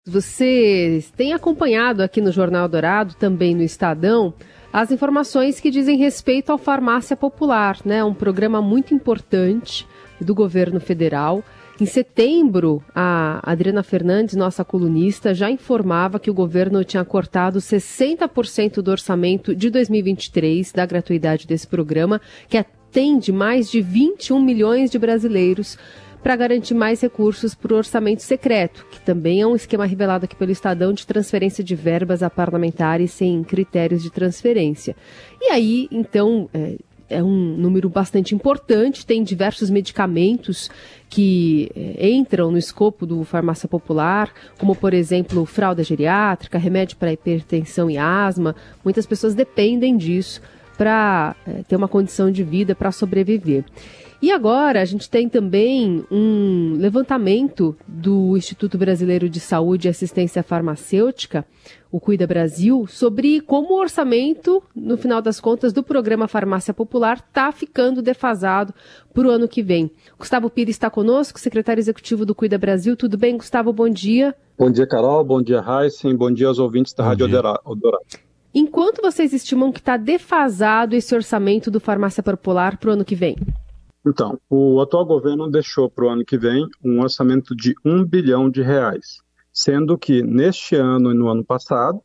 Vocês têm acompanhado aqui no Jornal Dourado, também no Estadão, as informações que dizem respeito ao Farmácia Popular, né? Um programa muito importante do governo federal. Em setembro, a Adriana Fernandes, nossa colunista, já informava que o governo tinha cortado 60% do orçamento de 2023 da gratuidade desse programa, que atende mais de 21 milhões de brasileiros, para garantir mais recursos para o orçamento secreto, que também é um esquema revelado aqui pelo Estadão de transferência de verbas a parlamentares sem critérios de transferência. E aí, então, é um número bastante importante, tem diversos medicamentos que entram no escopo do Farmácia Popular, como, por exemplo, fralda geriátrica, remédio para hipertensão e asma. Muitas pessoas dependem disso para ter uma condição de vida, para sobreviver. E agora a gente tem também um levantamento do Instituto Brasileiro de Saúde e Assistência Farmacêutica, o Cuida Brasil, sobre como o orçamento, no final das contas, do programa Farmácia Popular está ficando defasado para o ano que vem. Gustavo Pires está conosco, secretário executivo do Cuida Brasil. Tudo bem, Gustavo? Bom dia. Bom dia, Carol. Bom dia, Heisen. Bom dia aos ouvintes da Rádio Dourado. Enquanto vocês estimam que está defasado esse orçamento do Farmácia Popular para o ano que vem? Então, o atual governo deixou para o ano que vem um orçamento de R$1 bilhão, sendo que neste ano e no ano passado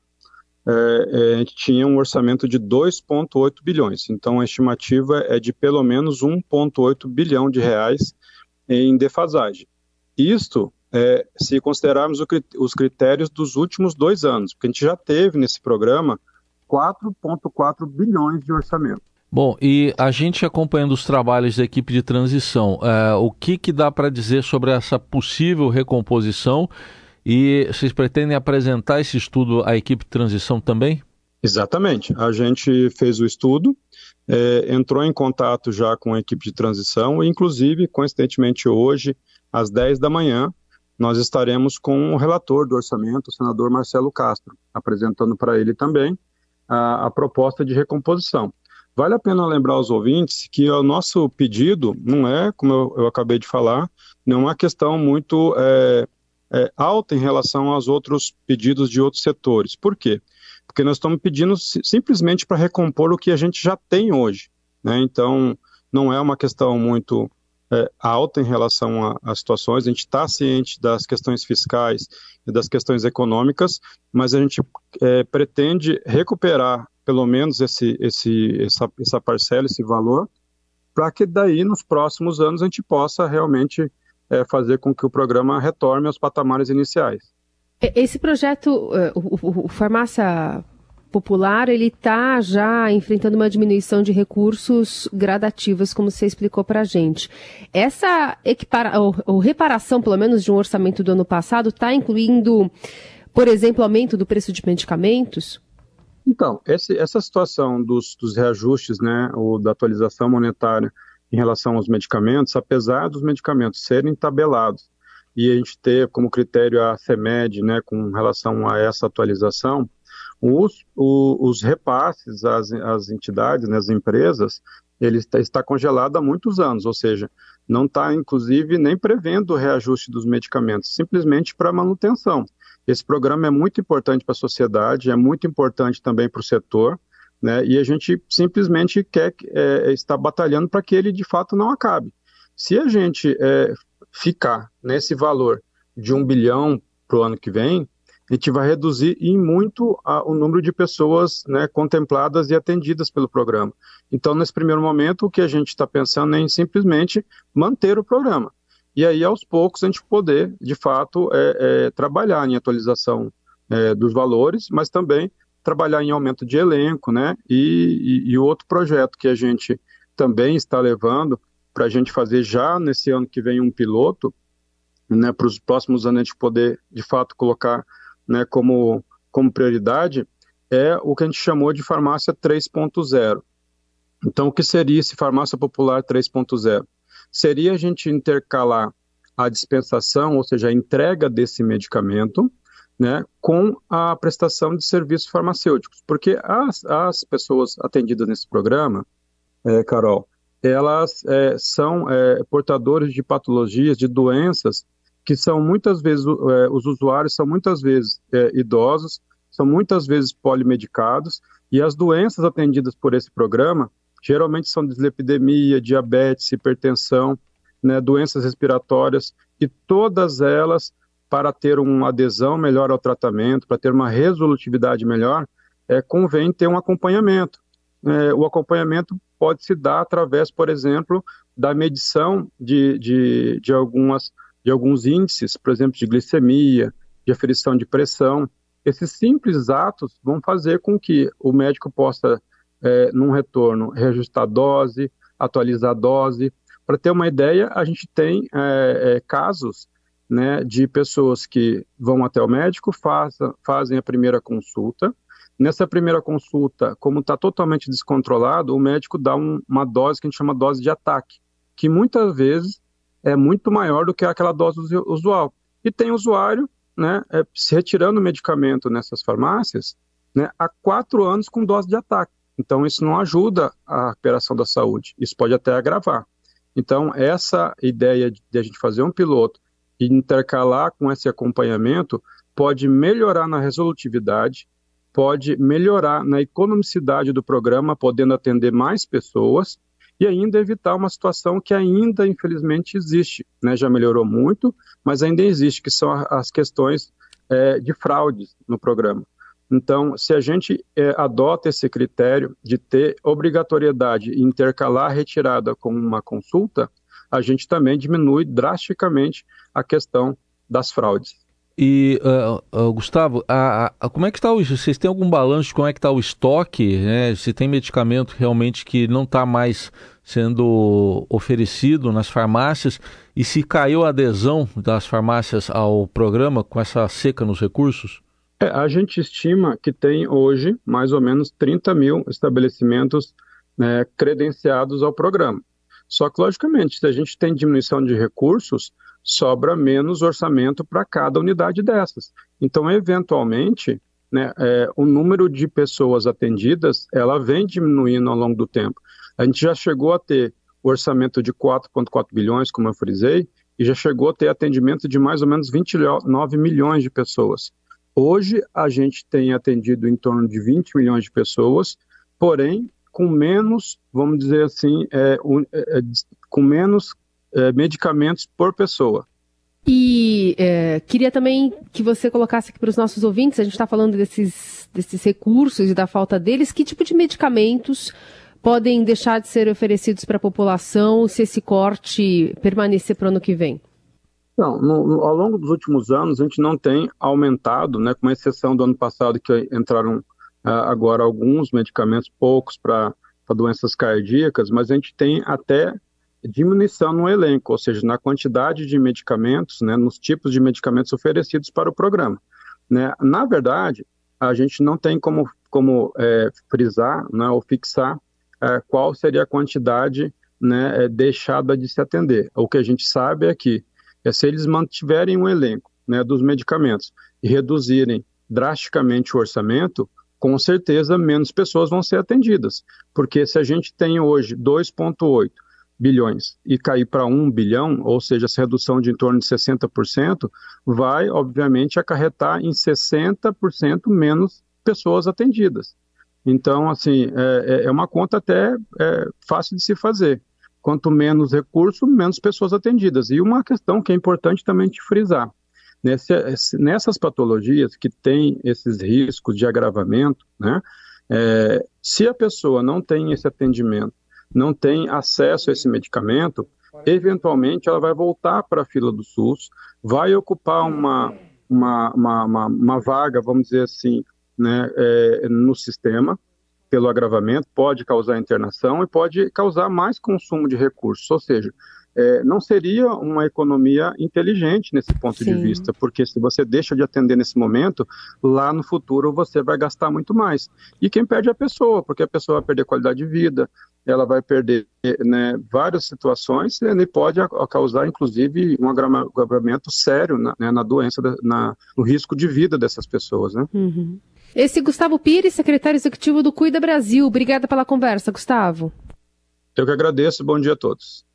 a gente tinha um orçamento de 2,8 bilhões. Então, a estimativa é de pelo menos R$1,8 bilhão em defasagem. Isto se considerarmos os critérios dos últimos 2 anos, porque a gente já teve nesse programa 4,4 bilhões de orçamento. Bom, e a gente acompanhando os trabalhos da equipe de transição, o que dá para dizer sobre essa possível recomposição? E vocês pretendem apresentar esse estudo à equipe de transição também? Exatamente. A gente fez o estudo, entrou em contato já com a equipe de transição e, inclusive, coincidentemente hoje, às 10 da manhã, nós estaremos com o relator do orçamento, o senador Marcelo Castro, apresentando para ele também a proposta de recomposição. Vale a pena lembrar aos ouvintes que o nosso pedido não é, como eu acabei de falar, não é uma questão muito alta em relação aos outros pedidos de outros setores. Por quê? Porque nós estamos pedindo simplesmente para recompor o que a gente já tem hoje, né? Então, não é uma questão muito alta em relação a situações, a gente está ciente das questões fiscais e das questões econômicas, mas a gente pretende recuperar pelo menos essa parcela, esse valor, para que daí nos próximos anos a gente possa realmente fazer com que o programa retorne aos patamares iniciais. Esse projeto, o Farmácia Popular, ele está já enfrentando uma diminuição de recursos gradativas, como você explicou para a gente. Essa reparação, pelo menos, de um orçamento do ano passado, está incluindo, por exemplo, aumento do preço de medicamentos? Então, essa situação dos reajustes, né, ou da atualização monetária em relação aos medicamentos, apesar dos medicamentos serem tabelados e a gente ter como critério a CEMED, né, com relação a essa atualização, os repasses às entidades, né, às empresas, ele está congelado há muitos anos, ou seja, não está, inclusive, nem prevendo o reajuste dos medicamentos, simplesmente para manutenção. Esse programa é muito importante para a sociedade, é muito importante também para o setor, né, e a gente simplesmente quer estar batalhando para que ele, de fato, não acabe. Se a gente ficar nesse valor de R$1 bilhão para o ano que vem, a gente vai reduzir em muito o número de pessoas, né, contempladas e atendidas pelo programa. Então, nesse primeiro momento, o que a gente está pensando é em simplesmente manter o programa. E aí, aos poucos, a gente poder, de fato, trabalhar em atualização dos valores, mas também trabalhar em aumento de elenco, né? E outro projeto que a gente também está levando para a gente fazer já nesse ano que vem um piloto, né, para os próximos anos a gente poder, de fato, colocar, né, como prioridade, é o que a gente chamou de farmácia 3.0. Então, o que seria esse farmácia popular 3.0? Seria a gente intercalar a dispensação, ou seja, a entrega desse medicamento, né, com a prestação de serviços farmacêuticos. Porque as pessoas atendidas nesse programa, Carol, elas são portadores de patologias, de doenças que são muitas vezes, os usuários são muitas vezes idosos, são muitas vezes polimedicados, e as doenças atendidas por esse programa geralmente são dislipidemia, diabetes, hipertensão, né, doenças respiratórias, e todas elas, para ter uma adesão melhor ao tratamento, para ter uma resolutividade melhor, convém ter um acompanhamento. O acompanhamento pode se dar através, por exemplo, da medição de alguns índices, por exemplo, de glicemia, de aferição de pressão. Esses simples atos vão fazer com que o médico possa, num retorno, reajustar a dose, atualizar a dose. Para ter uma ideia, a gente tem casos, né, de pessoas que vão até o médico, fazem a primeira consulta. Nessa primeira consulta, como está totalmente descontrolado, o médico dá uma dose que a gente chama dose de ataque, que muitas vezes é muito maior do que aquela dose usual. E tem usuário, né, se retirando o medicamento nessas farmácias, né, há 4 anos com dose de ataque. Então, isso não ajuda a recuperação da saúde. Isso pode até agravar. Então, essa ideia de a gente fazer um piloto e intercalar com esse acompanhamento pode melhorar na resolutividade, pode melhorar na economicidade do programa, podendo atender mais pessoas e ainda evitar uma situação que ainda, infelizmente, existe, né? Já melhorou muito, mas ainda existe, que são as questões de fraudes no programa. Então, se a gente adota esse critério de ter obrigatoriedade e intercalar a retirada com uma consulta, a gente também diminui drasticamente a questão das fraudes. E, Gustavo, como é que está vocês têm algum balanço de como é que está o estoque, né? Se tem medicamento realmente que não está mais sendo oferecido nas farmácias e se caiu a adesão das farmácias ao programa com essa seca nos recursos? A gente estima que tem hoje mais ou menos 30 mil estabelecimentos, né, credenciados ao programa. Só que, logicamente, se a gente tem diminuição de recursos, sobra menos orçamento para cada unidade dessas. Então, eventualmente, né, o número de pessoas atendidas, ela vem diminuindo ao longo do tempo. A gente já chegou a ter orçamento de 4,4 bilhões, como eu frisei, e já chegou a ter atendimento de mais ou menos 29 milhões de pessoas. Hoje, a gente tem atendido em torno de 20 milhões de pessoas, porém, com menos, vamos dizer assim, com menos medicamentos por pessoa. E queria também que você colocasse aqui para os nossos ouvintes, a gente está falando desses recursos e da falta deles, que tipo de medicamentos podem deixar de ser oferecidos para a população se esse corte permanecer para o ano que vem? Não, ao longo dos últimos anos, a gente não tem aumentado, né, com exceção do ano passado, que entraram agora alguns medicamentos, poucos para doenças cardíacas, mas a gente tem até diminuição no elenco, ou seja, na quantidade de medicamentos, né, nos tipos de medicamentos oferecidos para o programa. Né? Na verdade, a gente não tem como frisar, né, ou fixar qual seria a quantidade, né, deixada de se atender. O que a gente sabe é que se eles mantiverem um elenco, né, dos medicamentos e reduzirem drasticamente o orçamento, com certeza menos pessoas vão ser atendidas, porque se a gente tem hoje 2,8 bilhões e cair para 1 bilhão, ou seja, essa redução de em torno de 60%, vai, obviamente, acarretar em 60% menos pessoas atendidas. Então, assim, é uma conta até fácil de se fazer. Quanto menos recurso, menos pessoas atendidas. E uma questão que é importante também de frisar, nessas patologias que têm esses riscos de agravamento, né, se a pessoa não tem esse atendimento, não tem acesso a esse medicamento, eventualmente ela vai voltar para a fila do SUS, vai ocupar uma vaga, vamos dizer assim, né, no sistema, pelo agravamento, pode causar internação e pode causar mais consumo de recursos, ou seja, não seria uma economia inteligente nesse ponto de vista, porque se você deixa de atender nesse momento, lá no futuro você vai gastar muito mais. E quem perde é a pessoa, porque a pessoa vai perder qualidade de vida, ela vai perder, né, várias situações e pode causar, inclusive, um agravamento sério na doença, no risco de vida dessas pessoas. Né? Uhum. Esse Gustavo Pires, secretário executivo do Cuida Brasil. Obrigada pela conversa, Gustavo. Eu que agradeço. Bom dia a todos.